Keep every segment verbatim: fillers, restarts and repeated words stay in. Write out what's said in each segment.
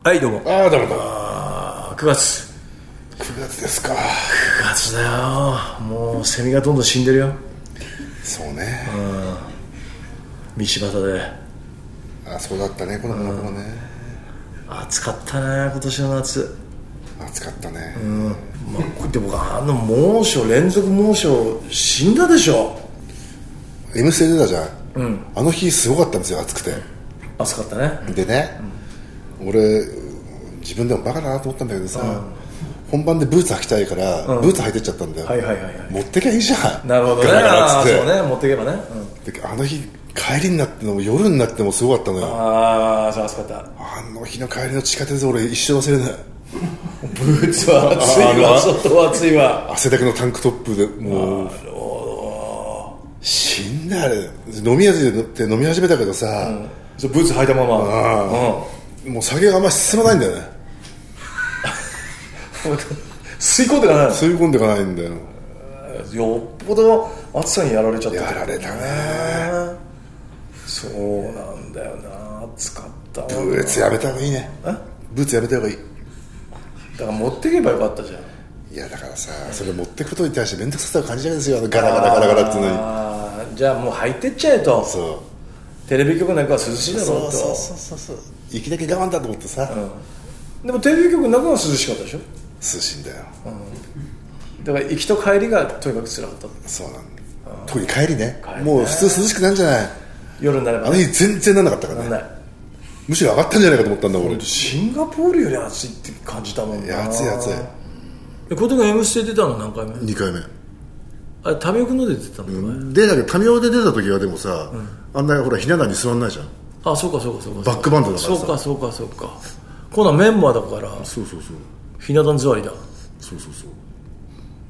はいどうも。 ああどうもどうも。 あくがつくがつですか。 くがつだよ。もうセミがどんどん死んでるよ。 そうね、 道端で。 あそうだったねこの頃ね、 暑かったね今年の夏。 暑かったね、 うんまあ、でもあの猛暑連続猛暑死んだでしょ。 M ステ出たじゃん、 うん、 あの日すごかったんですよ暑くて。 暑かったね。 でね、うん、俺自分でもバカだなと思ったんだけどさ、うん、本番でブーツ履きたいから、うん、ブーツ履いてっちゃったんだよ、 はいはいはいはい、 持ってきゃいいじゃん。 なるほどね。 ガラガラっつって。 そうね、持っていけばね、 うん、であの日帰りになっても夜になってもすごかったのよ。 ああそう暑かった。 あの日の帰りの地下鉄俺一生忘れない。 ブーツは暑いわ、外は暑いわ。 汗だくのタンクトップでもうなるほど。 死んだあれ。飲み始めて飲み始めたけどさ、うん、 ブーツ履いたまま、 うん、もう酒があんまり進まないんだよね。 吸い込んでかないの。 吸い込んでかないんだよ。 よっぽど暑さにやられちゃった。 やられたね。 そうなんだよな、暑かったわ。 ブーツやめた方がいいね。ブーツやめた方がいい。 だから持っていけばよかったじゃん。 いやだからさ、それ持っていくことに対して面倒くささを感じちゃうんですよ。ガラガラガラガラっていうのに。 あじゃあもう入ってっちゃえと。 そう、 テレビ局なんかは涼しいだろうと。 そうそうそうそう、息だけ我慢だと思ってさ、 うん、でもテレビ局の中は涼しかったでしょ。 涼しいんだよ、 うん、だから行きと帰りがとにかく辛かった。 そうなんだ、うん、特に帰りね、帰りね、もう普通涼しくなるんじゃない。夜になれば、ね、 あの日全然なんなかったからね。むしろ上がったんじゃないかと思ったんだ俺。 シンガポールより暑いって感じたもんな。 いや暑い暑い。 この時 M ステ出たの何回目？ にかいめ。 あれタミオくんので出てたのか、うん、 でだけどタミオで出た時はでもさ、うん、あんなほらひな壇に座んないじゃん。 あそうかそうかそうか。 バックバンドだからさ。 そうかそうかそうか。今度はメンバーだから。 そうそうそう。 ひな壇座りだ。 そうそうそう。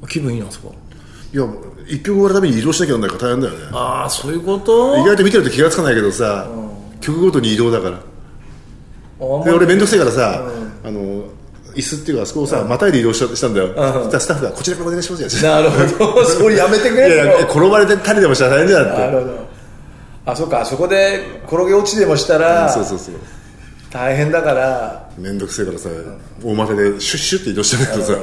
気分いいなそこ。 いや一曲終わるために移動しなきゃなんないから大変だよね。 ああそういうこと。 意外と見てると気がつかないけどさ、うん、曲ごとに移動だから。で俺面倒くせえからさ、うん、あの椅子っていうかあそこをさ、うん、またいで移動したんだよ、うん、そしたらスタッフがこちらからお願いしますよ。 なるほど。それやめてくれよ。 いや転ばれてたりでもしたら大変だって。 なるほど。あそうか、そこで転げ落ちでもしたら、うん、そうそうそう大変だから面倒くせえからさ、うん、大股でシュッシュッって移動してるけどさ、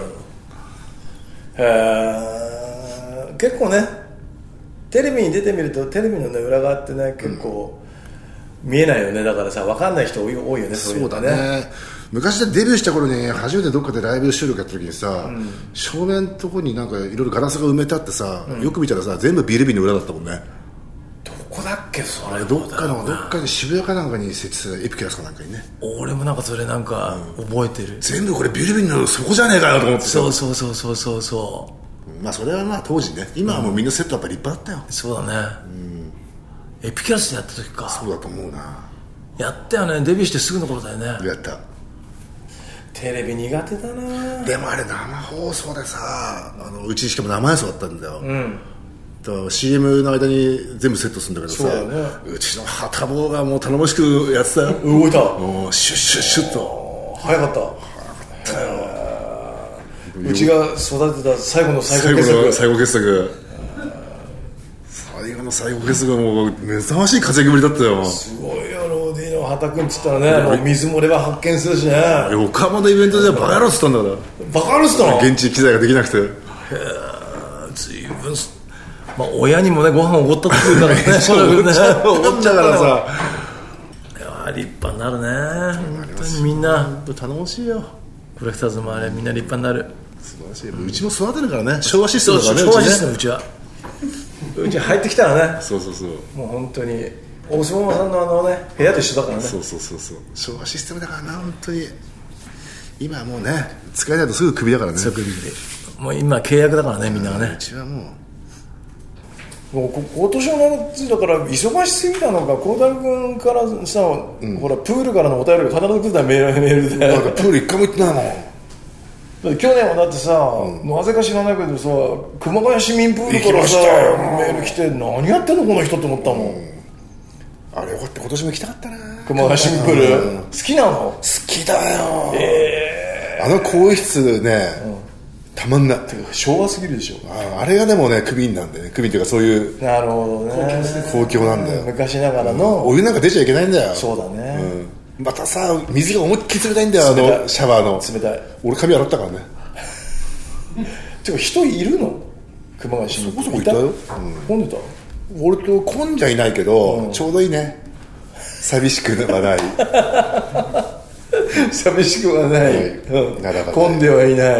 へー結構ねテレビに出てみるとテレビの、ね、裏側ってね結構、うん、見えないよね。だからさ分かんない人多い、多いよね。そういうのね。そうだね。 昔でデビューした頃に初めてどっかでライブ収録やった時にさ、うん、正面のとこになんかいろいろガラスが埋めてあってさ、うん、よく見たらさ全部ビルビーの裏だったもんね。 どこだっけそれ。 どっかのどっかで渋谷かなんかに設置されたエピキュラスかなんかにね。 俺もなんかそれなんか覚えてる、うん、 全部これビルビーの底じゃねえかよと思ってさ。 そうそうそうそうそうそう。 まあそれはまあ当時ね。今はもうみんなセットやっぱ立派だったよ、 うん、そうだね、うん、エピキュラスでやった時か。 そうだと思うな。 やったよね。デビューしてすぐの頃だよね。 やった。 テレビ苦手だな。 でもあれ生放送でさ、あのうちしかも生演奏だったんだよ、うん、だ シーエム の間に全部セットするんだけどさ、 う,、ね、うちの旗棒がもう頼もしくやってたよ。 動いた。 もうシュッシュッシュッと早かった。早かったよ。うちが育てた最後の最後傑作。 最後傑作。最後の最後傑作はもう目覚ましい活躍ぶりだったよ。 すごいよ。ローディーの畑君っつったらね、もう水漏れは発見するしね。 横浜のイベントではバカ野郎っつったんだから。 バカ野郎っつったの。 現地機材ができなくて。へえ、随分、まあ親にもねご飯おごったって言うんだろうね。そうだね。 おごっちゃからさ。 いや立派になるね。本当にみんな頼もしいよ。 コレクターズもあれみんな立派になる。 素晴らしい。うちも育てるからね。昭和システムだからね。 昭和システムうちは。うち入ってきたらね。 そうそうそう。 もう本当に大島さんのあのね部屋と一緒だからね。 そうそうそうそう。昭和システムだからな本当に。今はもうね使えないとすぐクビだからね。 クビで。もう今契約だからねみんながね。 うちはもう。 もう今年の夏だから忙しすぎたのか。孝太郎君からさ、うん、ほらプールからのお便りが必ず来るんだよ。メールメールで。 なんかプール一回も行ってないもん。 去年はだってさ、うん、なぜか知らないけどさ熊谷市民プールからさメール来て何やってんのこの人って思ったもん、うん、 あれよかった。今年も行きたかったな熊谷市民プール、うん、好きなの。 好きだよ、 えー、 あの更衣室ね、うん、たまんない。 昭和すぎるでしょ。 あ, あれがでもねクビなんでね。クビっていうかそういうなるほどね公共なんだよ。 昔ながらの、 うん、お湯なんか出ちゃいけないんだよ。 そうだね、 またさ水が思いっきり冷たいんだよ、あのシャワーの。 冷たい。 俺髪洗ったからね。 てか人いるの熊谷市民。 そこそこいたよ、うん、 混んでた。 俺と混んじゃいないけど、うん、ちょうどいいね。寂しくはない寂しくはない、うん、混んではいない、うん、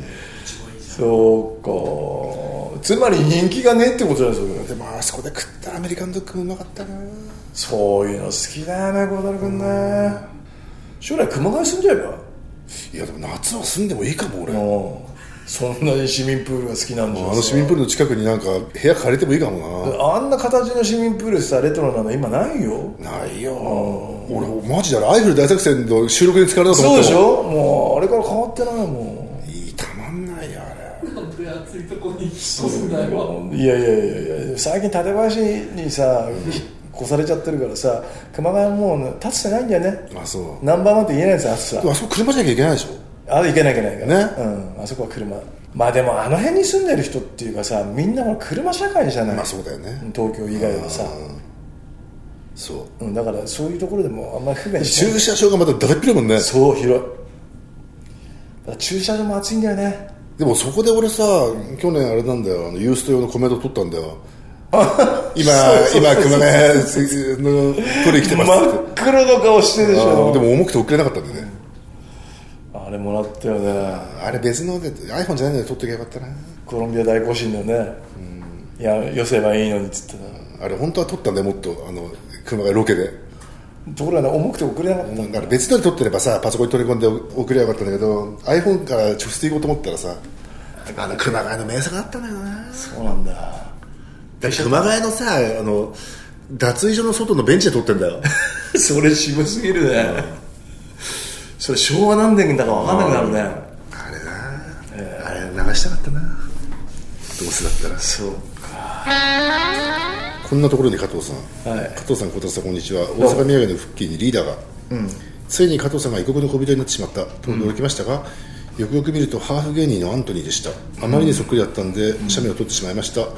そうか。つまり人気がねってことなんですよ。 でもあそこで食ったらアメリカンドッグうまかったな。 そういうの好きだよね、孝太郎君ね、うん、将来熊谷住んじゃえば。 いやでも夏は住んでもいいかも俺。 そんなに市民プールが好きなんじゃ。 あの市民プールの近くになんか部屋借りてもいいかもな。あんな形の市民プールさ、レトロなの今ないよ。 ないよ。俺マジでアイフル大作戦の収録に使われたと思った。 そうでしょ。もうあれから変わってないもん。いい、たまんないよあれ。 なんで暑いとこに引っ越すんだよ。 いやいやいやいや、最近館林にさ、越されちゃってるからさ、熊谷もう立つてないんだよね。 あ、そう。 ナンバーワンって言えないんですよ、暑さ。 あそこ車じゃなきゃいけないでしょ。 あれいけないいけないからね、 うん、あそこは車。まあでもあの辺に住んでる人っていうかさ、みんなは車社会じゃない。 まあそうだよね、 東京以外はさ。 そう、 うん、だからそういうところでもあんまり不便しない。 駐車場がまただらっ広いもんね。 そう、広い。駐車場も暑いんだよね。 でもそこで俺さ、去年あれなんだよ、あのユースト用のコメント取ったんだよ。今今熊谷のプレイ来てますって。 真っ黒の顔してるでしょ。 でも重くて送れなかったんでね。 あれもらったよね。 あれ別ので iPhone じゃないので撮ってきゃよかったな。 コロンビア大行進だよね、うん、いや寄せばいいのにっつってた。 あれ本当は撮ったんだよ、もっとあの熊谷ロケで。 ところがね、重くて送れなかったんだ、うん、 だから別ので撮ってればさ、パソコンに取り込んで送ればよかったんだけど、 iPhone から直接行こうと思ったらさ、あの熊谷の名作があったのよな。 そうなんだ。 だ熊谷のさ、あの脱衣所の外のベンチで撮ってんだよそれ渋すぎるね、うん、それ昭和何年だか分かんなくなるね。 あれな、えー、あれ流したかったな、どうせだったら。 そうか。 こんなところに加藤さん、 はい、 加藤さん、小田さん、こんにちは。大阪土産の復帰にリーダーが、うん、ついに加藤さんが異国の小人になってしまったと驚きましたが、うん、よくよく見るとハーフ芸人のアントニーでした。あまりにそっくりだったんで、うん、写メを撮ってしまいました、うん、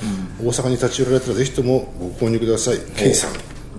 大阪に立ち寄られたらぜひともご購入ください。ケイさん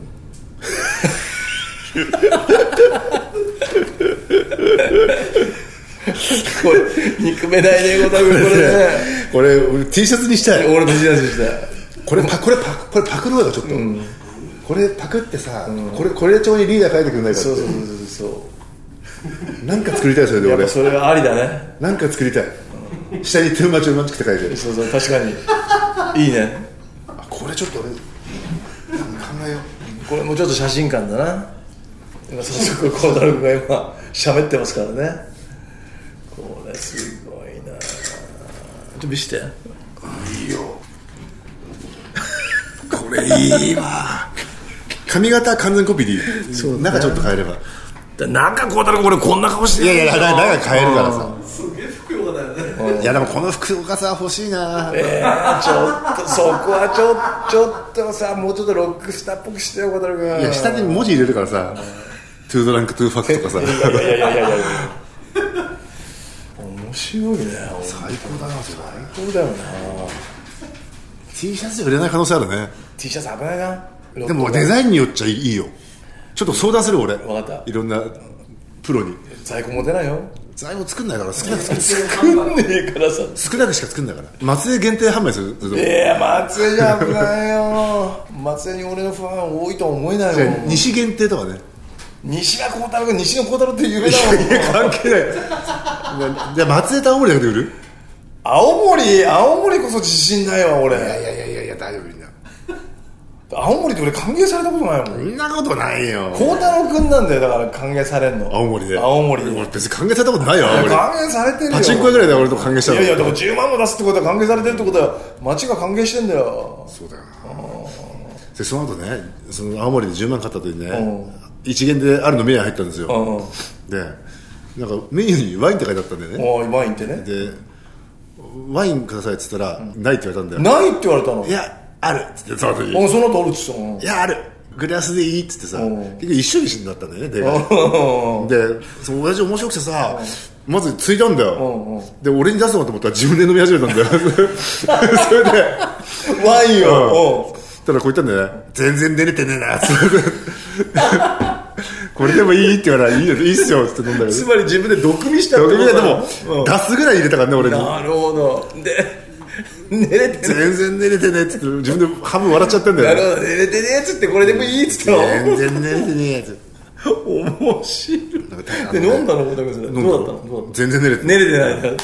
これ憎めないね、ごたぶんこれね。 これ俺 T シャツにしたい。 俺も T シャツにしたい。 これパこれパこれパクろうよちょっと、うん、これパクってさ、うん、これこれ帳にリーダー書いてくんないかって。 そうそうそうそうなんか作りたい。それで俺それはありだね。 なんか作りたい、うん、下にトゥーマチューマチって書いてる。 そうそう、確かにいいね。 あ、これちょっと俺考えよう。これもうちょっと写真館だな。今早速孝太郎君が今喋ってますからね。これすごいな。ちょっと見して。 いいよこれいいわ。髪型完全コピーでいい。そう、ね、中ちょっと変えれば。 中孝太郎君これこんな顔してる。 いやいや、中変えるからさ。 すげえふくよかだよね。 いやでもこの福岡さ欲しいな。 えー、ちょっとそこはちょちょっとさ、もうちょっとロックスターっぽくしてよ孝太郎君。 いや下に文字入れるからさ、トゥードランクトゥーファックとかさ。 いやいやいやいやいや面白いね。 最高だな。それ最高だよな。 T シャツじゃ売れない可能性あるね。 T シャツ危ないな。 でもデザインによっちゃいいよ。ちょっと相談する俺。 分かった。 いろんなプロに。 在庫持てないよ。 在庫作んないから、少なく作んねえからさ、 少なくしか作んないから。松江限定販売する。 いや松江じゃ危ないよ。松江に俺のファン多いとは思えないよ。 西限定とかね。 西は孝太郎君、西の孝太郎って有名だもん。 いや関係ない。じゃあ松江と青森だけで売る。 青森青森こそ自信ないわ俺。 いやいやいやいやいや、大丈夫。みんな青森って俺歓迎されたことないもん。 そんなことないよ。 孝太郎君なんだよ、だから歓迎されんの。 青森で。 青森で。 俺別に歓迎されたことないよ。青森歓迎されてるよ。 パチンコ屋ぐらいで俺と歓迎したの。 いやいや、でもじゅうまんも出すってことは歓迎されてるってことは町が歓迎してんだよ。 そうだよな。でその後ね、その青森でじゅうまん買った時にね、一元であるのメニュー入ったんですよ。でなんかメニューにワインって書いてあったんだよね。 ワインってね。 でワインくださいって言ったら、うん、ないって言われたんだよ。 ないって言われたの。 いやあるっつって、その時その後あるっつって、 いやあるグラスでいいっつってさ、結局一緒になったんだよね。ででその親父面白くてさ、まずついたんだよ。で俺に出すのと思ったら自分で飲み始めたんだよ。それでワインを、 うん、ただこう言ったんだよね。全然出れてねえなっつってここれでもいいって言われたらいいよいいっすよって飲んだけどつまり自分で毒味したってことだ。 でも、うん、出すぐらい入れたからね俺に。 なるほど。で寝れてね全然寝れてねってって自分で半分笑っちゃってんだよ。 なるほど、寝れてねっつってこれでもいいっつって全然寝れてねえって面白い。で飲んだのもだけどどうだったの？ 全然寝れて寝れてないな。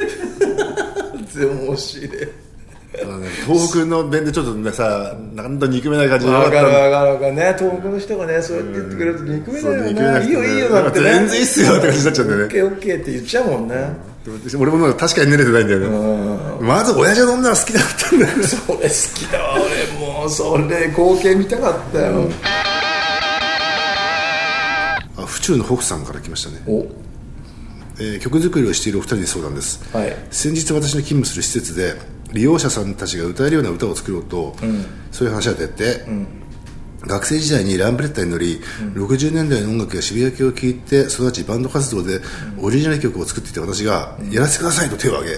面白い。 東北の弁でちょっとねさ、なんと憎めない感じで分かる分かる分かるね。東北の人がねそうやって言ってくれると憎めないよね。いいよいいよだってね。 全然いいっすよって感じになっちゃうんだよね。 オッケーオッケーって言っちゃうもんね。 俺もなんか確かに寝れてないんだよね。まず親父飲んだら好きだったんだよ。 それ好きだわ俺もうそれ光景見たかったよ。 あ、府中の北さんから来ましたね。 おえー、曲作りをしているお二人に相談です、はい、先日私の勤務する施設で利用者さんたちが歌えるような歌を作ろうと、うん、そういう話が出て、うん、学生時代にランブレッタに乗り、うん、ろくじゅうねんだいの音楽や渋谷系を聴いて育ちバンド活動でオリジナル曲を作っていた私が、うん、やらせてくださいと手を挙げ、うん、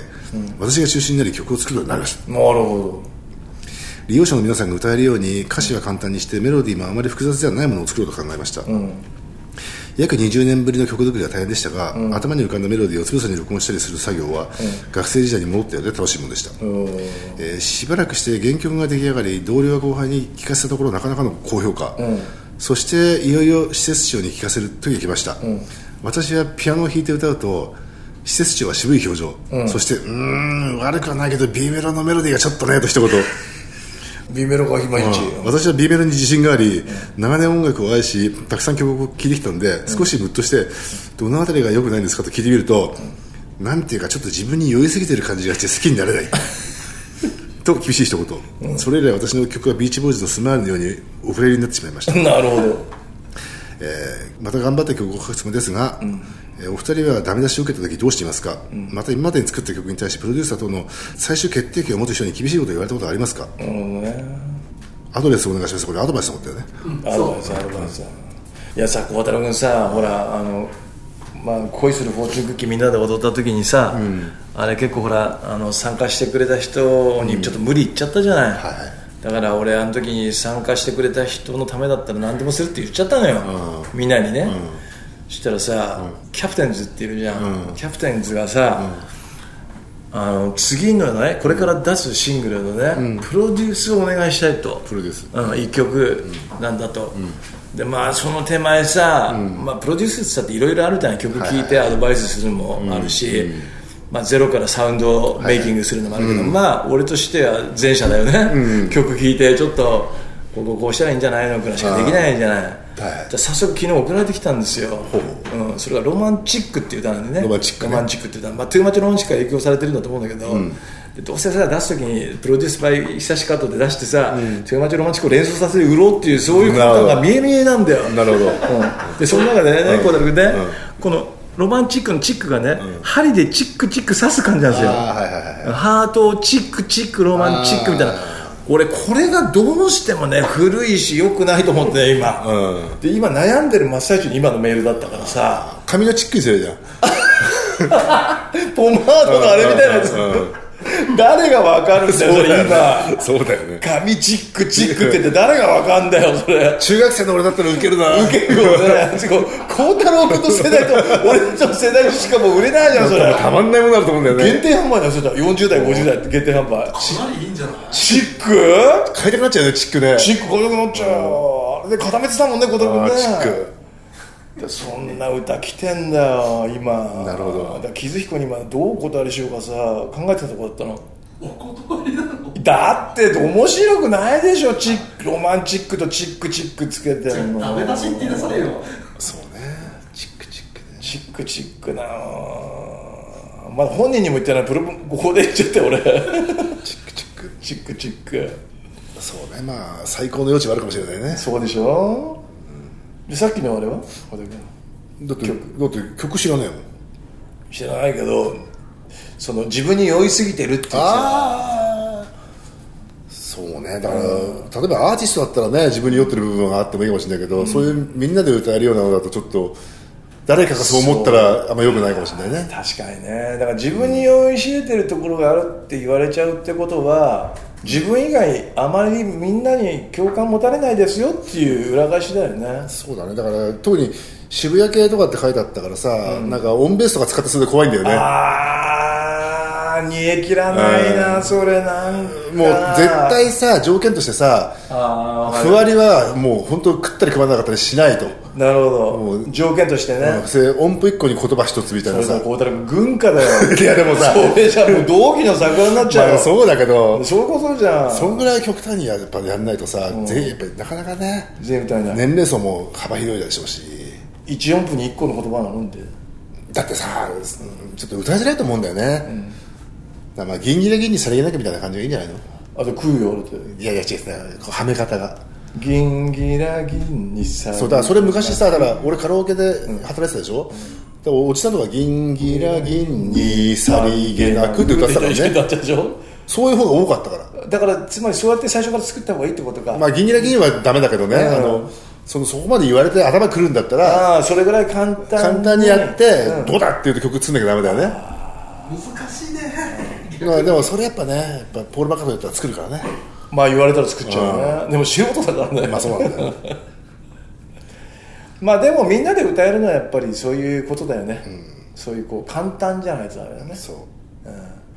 私が中心になり曲を作るようになりました。 なるほど。 利用者の皆さんが歌えるように歌詞は簡単にしてメロディーもあまり複雑ではないものを作ろうと考えました、うん、約にじゅうねんぶりの曲作りは大変でしたが、うん、頭に浮かんだメロディーをつぶさに録音したりする作業は、うん、学生時代に戻ったようで楽しいものでした、えー、しばらくして原曲が出来上がり同僚や後輩に聴かせたところなかなかの高評価、うん、そしていよいよ施設長に聴かせる時が来ました、うん、私はピアノを弾いて歌うと施設長は渋い表情、うん、そしてうーん悪くはないけど B メロのメロディーがちょっとねと一言 B メロがいまいち、 うん、私は B メロに自信があり、うん、長年音楽を愛したくさん曲を聴いてきたので、うん、少しムッとしてどのあたりが良くないんですかと聞いてみると、うん、なんていうかちょっと自分に酔いすぎてる感じがして好きになれないと厳しい一言、うん、それ以来私の曲はビーチボーイズのスマイルのようにお触れになってしまいましたなるほど、 えー、また頑張って曲を書くつもりですが、うんえー、お二人はダメ出しを受けた時どうしていますか、うん、また今までに作った曲に対してプロデューサーとの最終決定権を持つ人に厳しいことを言われたことはありますか、うんね、アドレスお願いします。これアドバイスだったよね、 うん、アドバイスアドバイスいやさ、小太郎君さ、ほらあの、まあ、恋するフォーチュンクッキーみんなで踊った時にさ、うん、あれ結構ほらあの参加してくれた人にちょっと無理言っちゃったじゃない、うんはい、だから俺あの時に参加してくれた人のためだったら何でもするって言っちゃったのよ、うん、みんなにね、うん、そしたらさ、うん、キャプテンズっているじゃん、うん、キャプテンズがさ、うん、あの次のねこれから出すシングルのね、うん、プロデュースをお願いしたいと、 プロデュース、 うん、いっきょくなんだと、うんでまあ、その手前さ、うんまあ、プロデュースって言ったっていろいろあるじゃない、曲聴いてアドバイスするのもあるし、はいはいまあ、ゼロからサウンドメイキングするのもあるけど、はいはいまあ俺としては前者だよね、うん、曲聴いてちょっとこここうしたらいいんじゃないのくらいしかできないじゃない、はい、じゃ早速昨日送られてきたんですよ、うん、それがロマンチックっていう歌なんでね、 ロマンチック、ね、 ロマンチックっていう歌、まあ、トゥーマッチロマンチックが影響されてるんだと思うんだけど、うんでどうせさ出す時にプロデュースバイ久しカットで出してさ、うん、トゥーマッチロマンチックを連想させて売ろうっていうそういうことが見え見えなんだよ。 なるほど、うん、 でその中でね、小田君ね、うん、このロマンチックのチックがね、うん、針でチックチック刺す感じなんですよ、はいはいはい、ハートをチックチックロマンチックみたいな。俺これがどうしてもね古いし良くないと思ってね今、うん、で今悩んでる真っ最中に今のメールだったからさ、 髪のチックにするじゃんポマードのあれみたいなやつ、うんうんうん誰が分かるんだよそれ今そうだよね、 髪チックチックって言って誰が分かんだよそれ。 中学生の俺だったらウケるな、 ウケるよね孝太郎君の世代と俺の世代しかも売れないじゃんそれ。 たまんないものあると思うんだよね。 限定販売だよそれ。よんじゅう代ごじゅう代って限定販売。 かなりいいんじゃない。 チック買いたくなっちゃうよね。チックね、 チック買いたくなっちゃうよ、あれで固めてたもんね孝太郎君ね。 チックでそんな歌来てんだよ今。 なるほど。 だから木津彦に今どうお断りしようかさ考えてたとこだったの。 お断りなのだって面白くないでしょ、チックロマンチックとチックチックつけてるの。 ダメ出しって言いなさいよ。 そうね、チックチックね、 チックチックなまだ本人にも言ってないプロここで言っちゃって俺チックチックチックチック。 そうね、まあ最高の余地はあるかもしれないね。 そうでしょ、うん、でさっきのあれはだって曲だって曲知らないもん。 知らないけどその自分に酔いすぎてるっていう。 ああそうね、だから、うん、例えばアーティストだったらね自分に酔ってる部分があってもいいかもしれないけど、うん、そういうみんなで歌えるようなのだとちょっと誰かがそう思ったらあんま良くないかもしれないね。 確かにね。だから自分に酔いしれてるところがあるって言われちゃうってことは、自分以外あまりみんなに共感持たれないですよっていう裏返しだよね。 そうだね。だから特に渋谷系とかって書いてあったからさ、うん、なんかオンベースとか使ってそれで怖いんだよね。 あー、煮え切らないな、それなんかもう絶対さ、条件としてさ、あふわりはもう本当食ったり食わなかったりしないと。 なるほど。もう条件としてね、 うん、音符一個に言葉一つみたいなさ。 こうたら軍歌だよ。 いやでもさ、 それじゃもう同期の桜になっちゃうよ。 まあ、そうだけど、 そういうことじゃん。 そんぐらい極端にやっぱやんないとさ、うん、全員やっぱりなかなかね、 全体な年齢層も幅広いでしょうし、 一音符に一個の言葉なのんで。 だってさ、ちょっと歌いづらいと思うんだよね。うん、だまあ銀ギラ銀にさりげなきゃみたいな感じがいいんじゃないの。 あと食うよって。 いやいや違うね、はめ方が銀ギラ銀にさりげなきゃ。 そうだからそれ昔さ、だから俺カラオケで働いてたでしょ、うん、でもおじさんとか銀ギラ銀にさりげなくって歌ってたからね。そういう方が多かったから。 だからつまりそうやって最初から作った方がいいってことか。 まあ銀ギラ銀はダメだけどね、うん、あのそのそこまで言われて頭くるんだったら、 あそれぐらい簡単に簡単にやって、うん、どうだって言うと曲作んなきゃダメだよね。 難しいね。 でもそれやっぱね、やっぱポール・マッカートニーだったら作るからね。 まあ言われたら作っちゃうよね。でも素人だからね。 まあそうなんだよ。 まあでもみんなで歌えるのはやっぱりそういうことだよね、うん、そういうこう簡単じゃないとダメだよね。 そう、 うん、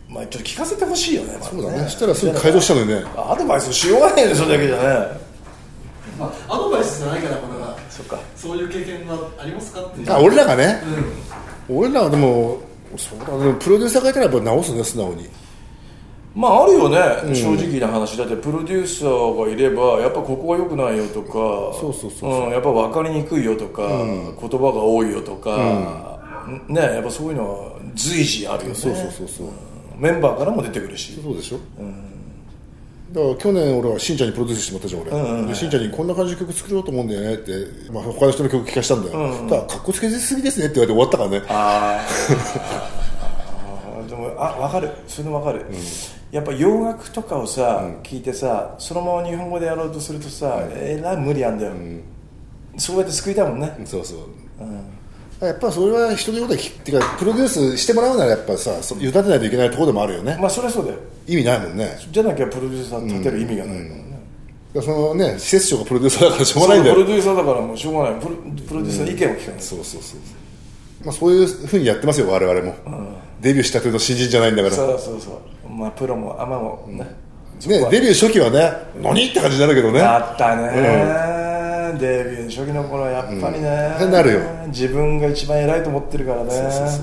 まあちょっと聞かせてほしいよね。まあ、 そうだね。そしたらすぐ改造したのにね。 アドバイスしようがないよね、それだけじゃね。 まあ、アドバイスじゃないからこれは。 そっか。 そういう経験はありますかっていう。 あ、俺らがね、うん、俺らはでもそうだね、プロデューサーがいたらやっぱ直すね、素直に。 まああるよね、うん、正直な話だってプロデューサーがいればやっぱここが良くないよとか、 そうそうそうそう、 うん、やっぱ分かりにくいよとか、うん、言葉が多いよとか、うん、ね、やっぱそういうのは随時あるよね。 そうそうそうそう、 うん、メンバーからも出てくるし。 そうでしょ、うん、だから去年俺はしんちゃんにプロデュースしてもらったじゃん俺、うんうん、でしんちゃんにこんな感じで曲作ろうと思うんだよねって、まあ、他の人の曲聴かしたんだよ、うんうん、ただかっこつけすぎですねって言われて終わったからね。あでもあ分かる、それも分かる、うん、やっぱ洋楽とかをさ、うん、聞いてさ、そのまま日本語でやろうとするとさ、うん、えらい無理あんだよ、うん、そうやって救いたいもんね。 そうそう、うん、やっぱそれは人のことでっていうかプロデュースしてもらうならやっぱさ、委ねないといけないところでもあるよね。 まあそれはそうだよ、 意味ないもんね。 じゃなきゃプロデューサー立てる意味がないもんね、 うんうん、そのね、施設長がプロデューサーだからしょうがないんだよ。 プロデューサーだからもうしょうがない、プロ、プロデューサーの意見を聞かない、うん、 そうそうそう、まあ、そういうふうにやってますよ我々も、うん、デビューしたての新人じゃないんだから。 そうそうそう、まあプロもアマもね、 うん、ね、デビュー初期はね、何って感じになるけどね。 あったね、うん、デビュー初期の頃はやっぱりね、 うん、なるよ、 自分が一番偉いと思ってるからね。そうそうそうそう、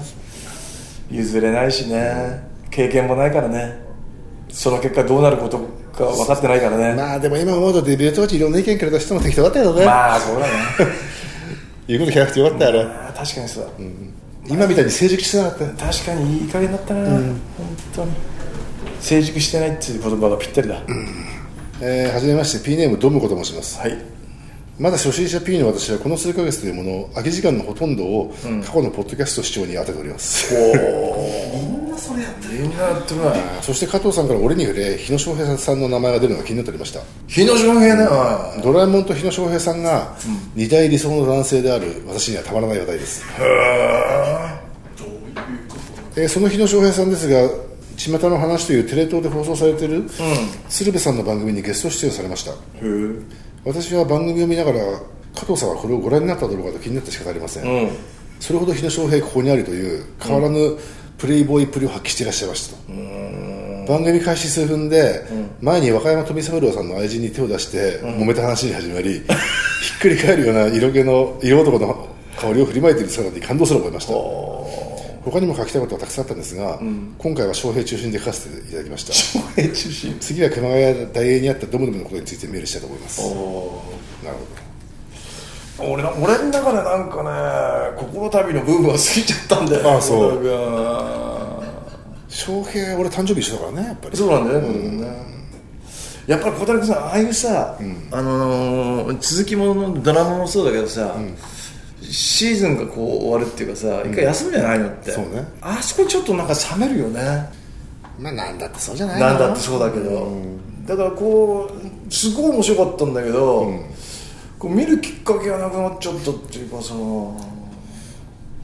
譲れないしね、うん、経験もないからね、その結果どうなることか分かってないからね。 まあでも今思うとデビュー当時いろんな意見くれた人も適当だったけどね。まあそうだね言うこと聞かなくてよかったよ、あれ。 確かにそうだ、うん、 今みたいに成熟してなかった。 確かにいい加減だったな、うん、本当に成熟してないっていう言葉がぴったりだ、うん、 えー、はじめまして P ネームドムコと申します。 はい。 まだ初心者 P の私はこの数ヶ月というもの空き時間のほとんどを過去のポッドキャスト視聴に当てております、うん、 みんなそれやってる。 みんなやってるな。 そして加藤さんから俺に触れ日野翔平さんの名前が出るのが気になっておりました。 日野翔平ね、 うん、ドラえもんと日野翔平さんが二大理想の男性である私にはたまらない話題です。へー、どういうこと、えー、その日野翔平さんですが巷の話というテレ東で放送されている、うん、鶴瓶さんの番組にゲスト出演されました。へー。私は番組を見ながら加藤さんはこれをご覧になっただろうかと気になって仕方ありません、うん、それほど日野翔平ここにありという変わらぬプレイボーイプリを発揮していらっしゃいましたと、うん、番組開始数分で、うん、前に若山富三郎さんの愛人に手を出して揉めた話に始まり、うん、ひっくり返るような色気の色男の香りを振りまいている姿に感動する思いました。他にも書きたいことはたくさんあったんですが、うん、今回は翔平中心で書かせていただきました。 翔平中心。 次は熊谷大英にあったドムドムのことについてメールしたいと思います。おなるほど。俺, 俺の中でなんかね、心旅のブームが過ぎちゃったんだよ。 ああそう翔平俺誕生日一緒だからね、やっぱり。 そうなんだよね、うん、やっぱり小谷君さん、ああいうさ、うん、あのー、続きもののドラマもそうだけどさ、うん、シーズンがこう終わるっていうかさ、うん、一回休むじゃないのって、そうね、あそこにちょっとなんか冷めるよね。 まあなんだってそうじゃないの。 なんだってそうだけど、うん、だからこうすごい面白かったんだけど、うん、こう見るきっかけがなくなっちゃったっていうかさ、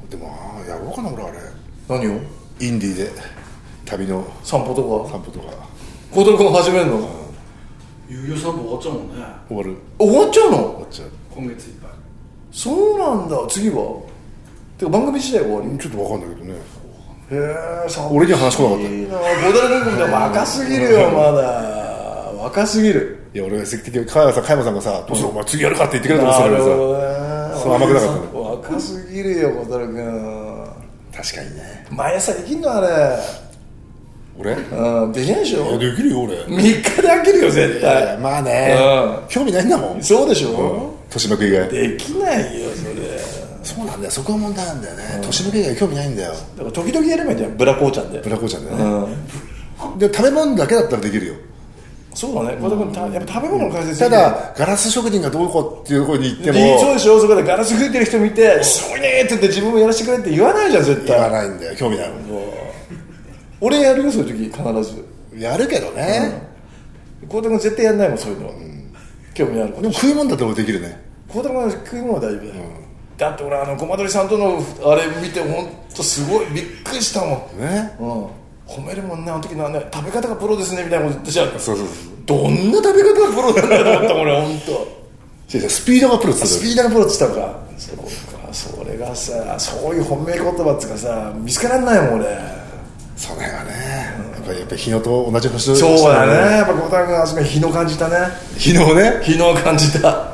でもあやろうかな俺あれ何をインディーで旅の散歩とか散歩とか孝太郎君始めるの、 有料散歩終わっちゃうもんね。 終わる終わっちゃうの終わっちゃう今月いっぱい。 そうなんだ。次はてか番組自体は終わり。 ちょっと分かんないけどねへえ、 俺には話来なかったいいな。孝太郎君で若すぎるよまだ若すぎる。 いや俺結局加山さん加山さんがさどうするお前次やるかって言ってくれたとなる思ってたけどほどね。 さそう甘くなかったね若すぎるよ孝太郎君。 確かにね毎朝できんのあれ。 俺うん、できないでしょ。 いやできるよ俺みっかで飽きるよ絶対。 まあねうん興味ないんだもんそうでしょ、 うん豊島区以外できないよそれ。 そうなんだよそこが問題なんだよね豊島区以外興味ないんだよだから時々やればいいんだよブラコーちゃんで。 ブラコちゃんだよねうんで食べ物だけだったらできるよそうだね。孝太郎君たやっぱ食べ物の解説ただガラス職人がどうこうっていうところに行ってもでそうでしょ。そこでガラス吹いてる人見てすごいねって言って自分もやらせてくれって言わないじゃん絶言わ対。 ないんだよ興味ないもん俺やるよそういう時必ず。 やるけどね孝太郎君絶対やんないもんそういうの、興味あること。 でも食い物だったらできるね孝太郎君は食い物は大丈夫だよ、だって俺あのごまどりさんとのあれ見て本当すごいびっくりしたもん、 ねうん、褒めるもんねあの時のあの、ね、食べ方がプロですねみたいなこと言ってちゃう。 そうそうそうどんな食べ方がプロなんだと思ったもん俺本当。 違う違うスピードがプロっつってスピードがプロって言ったのか。そうかそれがさそういう褒め言葉っていうかさ見つけられないもん俺。 それがねやっぱりやっぱり日野と同じ星そうだねやっぱ孝太郎君あそこに日の感じたね。 日野ね日の感じた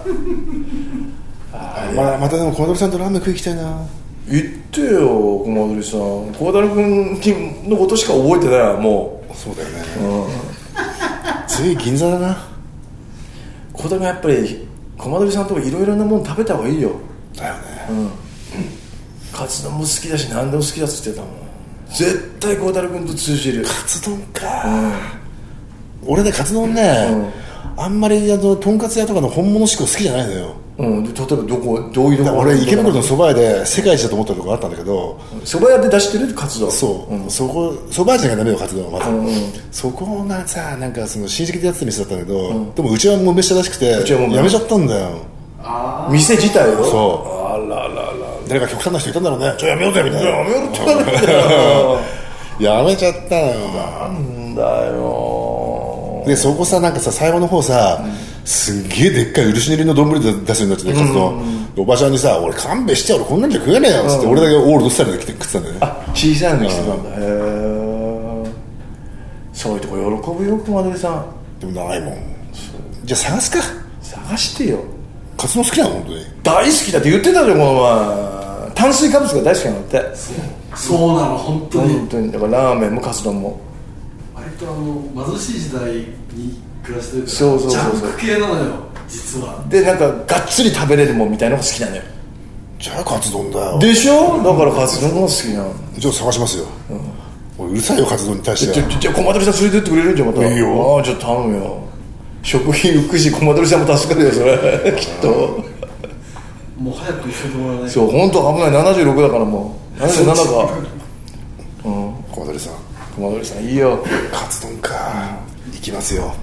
まあまたでも小松さんとラーメン食い行きたいな言ってよ小松さん。孝太郎君のことしか覚えてないわもう。 そうだよね次銀座だな孝太郎君やっぱり小松さんといろいろなもの食べた方がいいよ。 だよねカツ丼も好きだし何でも好きだっつってたもん。絶対孝太郎君と通じる。 カツ丼か俺ねカツ丼ねあんまりあのとんかつ屋とかの本物志向好きじゃないのようん、で例えばどこどういうところ。 俺池袋の蕎麦屋で世界一だと思ったとこあったんだけど蕎麦屋で出してるカツ丼。 そう、そこ蕎麦屋じゃダメよカツ丼はまず、うんうん、そこがさなんかその親戚でやってた店だったんだけど、うん、でもうちはもめしたらしくてやめちゃったんだよ。 あ店自体を。 そうあららら誰か極端な人いたんだろうね。ちょやめようぜみたいな。 やめろって言われたよやめちゃったのよ。 なんだよ。 でそこさなんかさ最後の方さ、うん、すんげえでっかい漆塗りの丼で出すようになってね、カツ丼、うん、おばちゃんにさ俺勘弁して俺こんなんじゃ食えねえよっつって、うん、俺だけオールドスタイルで来て食ってたんだよね。 あ小さいのに来てたんだ、うん、へえそういうとこ喜ぶよ小松さん。 でもないもん。じゃあ探すか。 探してよ。 カツ丼好きなの本当に。 大好きだって言ってたじゃんこの前。炭水化物が大好きなんだって。 そうそうなの本当に本当にだからラーメンもカツ丼も割とあの貧しい時代に暮らしてるからそうそうそうそうジャンク系なのよ実は。 でなんかがっつり食べれるもんみたいなのが好きなのよ。 じゃあカツ丼だよ。 でしょ。だからカツ丼が好きなの。 じゃあ探しますよ、うん、うるさいよカツ丼に対しては。 じゃあ小松さん連れてってくれるんじゃんまた。 いいよ。 ああじゃあ頼むよ。食費浮くし小松さんも助かるよそれきっともう早く一緒にもらわないと。 そう本当危ないななじゅうろくだからもうななじゅうななかうん小松さん小松さんいいよ。 カツ丼か、うん、行きますよ。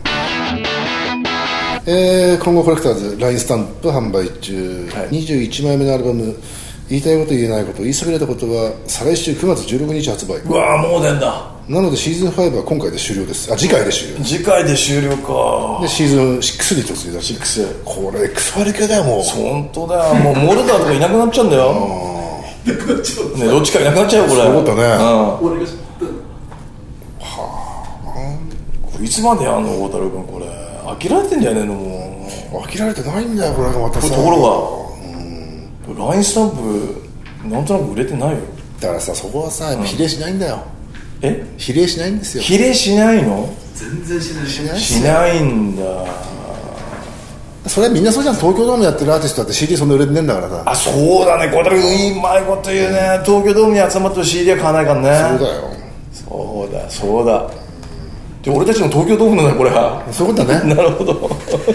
えー、今後コレクターズ ライン スタンプ販売中、はい、にじゅういちまいめのアルバム言いたいこと言えないこと言いそびれたことは再来週くがつじゅうろくにち発売。 うわもう出んだ。 なのでシーズンファイブは今回で終了です。あ次回で終了。 次回で終了か。 でシーズンシックスに突入だ。 シックスこれクソ割り系だよもう。 本当だよもうモルダーとかいなくなっちゃうんだよねどっちかいなくなっちゃうよこれ。 そうだね、 うん、 俺が知ってるはあこれいつまでやんの孝太郎君これ飽きられてんじゃねえのもう。飽きられてないんだよこれがまたさ。 ところが、うん、ライン スタンプなんとなく売れてないよ。 だからさそこはさやっぱ比例しないんだよ、 うん、え比例しないんですよ。 比例しないの。 全然しないしないしないんだ。 それはみんなそうじゃん。東京ドームやってるアーティストだって シーディー そんな売れてねえんだからさ。 あそうだね孝太郎君いいうまいこと言うね。東京ドームに集まってる シーディー は買わないからね。 そうだよそうだそうだ。で俺たちの東京ドームなんだよこれは。 そういうことだねなるほど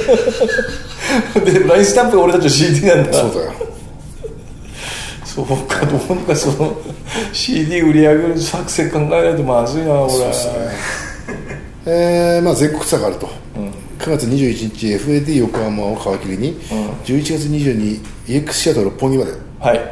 で ライン スタンプが俺たちの シーディー なんだ。 そうだよそうかどうにかその シーディー 売り上げる作戦考えないとまずいなこれ。そうですねえー、まあ全国ツアーがあると、うん、くがつにじゅういちにち エフエーディー 横浜を皮切りに、うん、じゅういちがつにじゅうににイーエックス シアトル六本木まで、 はい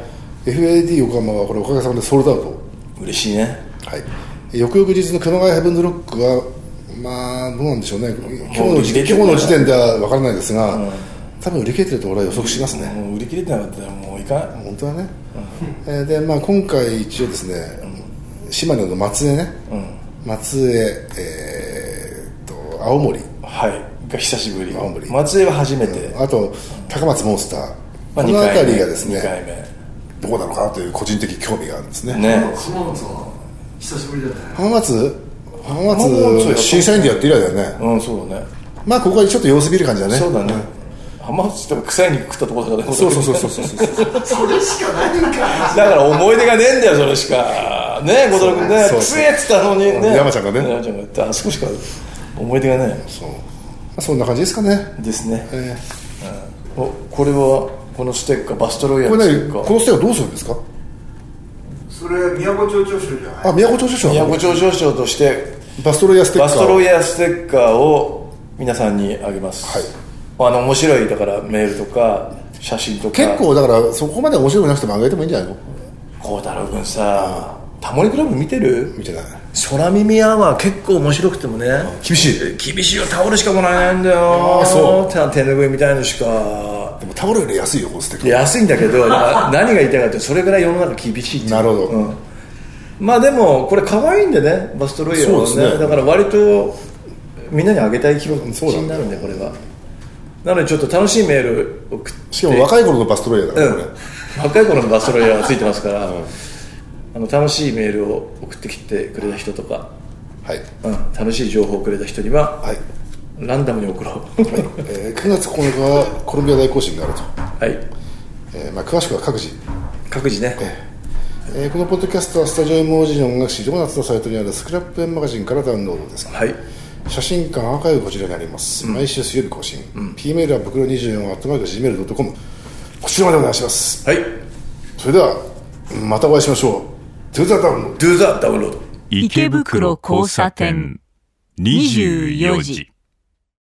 エフエーディー 横浜はこれおかげさまでソールドアウト。 嬉しいね。 はい、翌々日の熊谷ヘブンズロックはまあどうなんでしょうね、今日の時今日の時点では分からないですが、うん、多分売り切れてると俺は予測しますね。 もう売り切れてなかったらもういかん。 本当はね、うん、えー、で、まあ、今回一応ですね、うん、島根の松江ね、うん、松江、えー、っと青森、 はいが久しぶり。 青森松江は初めて、うん、 あと高松モンスター、まあ、この辺りがですねにかいめどこなのかなという個人的興味があるんですね。 ね、 浜松は久しぶりだね。 浜松浜松審査員でやって以来だよね。 うん、そうだね。 まあここはちょっと様子見る感じだね。 そうだね、うん、浜松って臭い肉食ったところだからね。 そうそうそうそうそうそうそれしかないんか。 だから思い出がねえんだよ、それしかね。小太郎君ね、臭えっつったのにね、 山ちゃんがね、 山ちゃんが言ってあそこしか思い出がね。 そう、まあ、そんな感じですかね。 ですね、 えーうん、おこれはこのステッカー、バストロイヤルこれ、ね、 ステッカー、 このステッカーどうするんですか。 それ宮古町長賞じゃない。 あ、宮古町長賞。 宮古町長賞としてバストロイヤーステッカー、 バストロイヤーステッカーを皆さんにあげます。 はい、 あの面白いだからメールとか写真とか。 結構だからそこまで面白くなくてもあげてもいいんじゃないの。 孝太郎君さ、タモリクラブ見てる？ 見てない。 空耳アワー結構面白くてもね、 厳しい厳しいよ。タオルしかもらえないんだよ。 あ、そう。 手ぬぐいみたいのしか。 でもタオルより安いよ、このステッカー。 安いんだけど何が言いたいかってそれぐらい世の中厳しいっていう。 なるほど、 うん、まあでもこれ可愛いんでね、バストロイヤーは ね, ねだから割とみんなにあげたい気持ちになるんで、これは。なのでちょっと楽しいメール送って、 しかも若い頃のバストロイヤーだから、うん、これ若い頃のバストロイヤーがついてますから、うん、あの楽しいメールを送ってきてくれた人とか、 はい、 うん、楽しい情報をくれた人には、はい、ランダムに送ろう、はいえー、くがつここのかはコロンビア大行進があると、 はいえーまあ、詳しくは各自各自ね、 えーえー、このポッドキャストはスタジオ エムオージー の音楽誌ドーナツのサイトにあるスクラップエンマガジンからダウンロードです、 はい、 写真館アーカイブこちらにあります、うん、毎週水曜日更新、うん、P メールはブクロにじゅうよん アットマーク ジーメールドットコム こちらまでお願いします。 はい、 それではまたお会いしましょう。 Do the download Do the download 池袋交差点にじゅうよじ。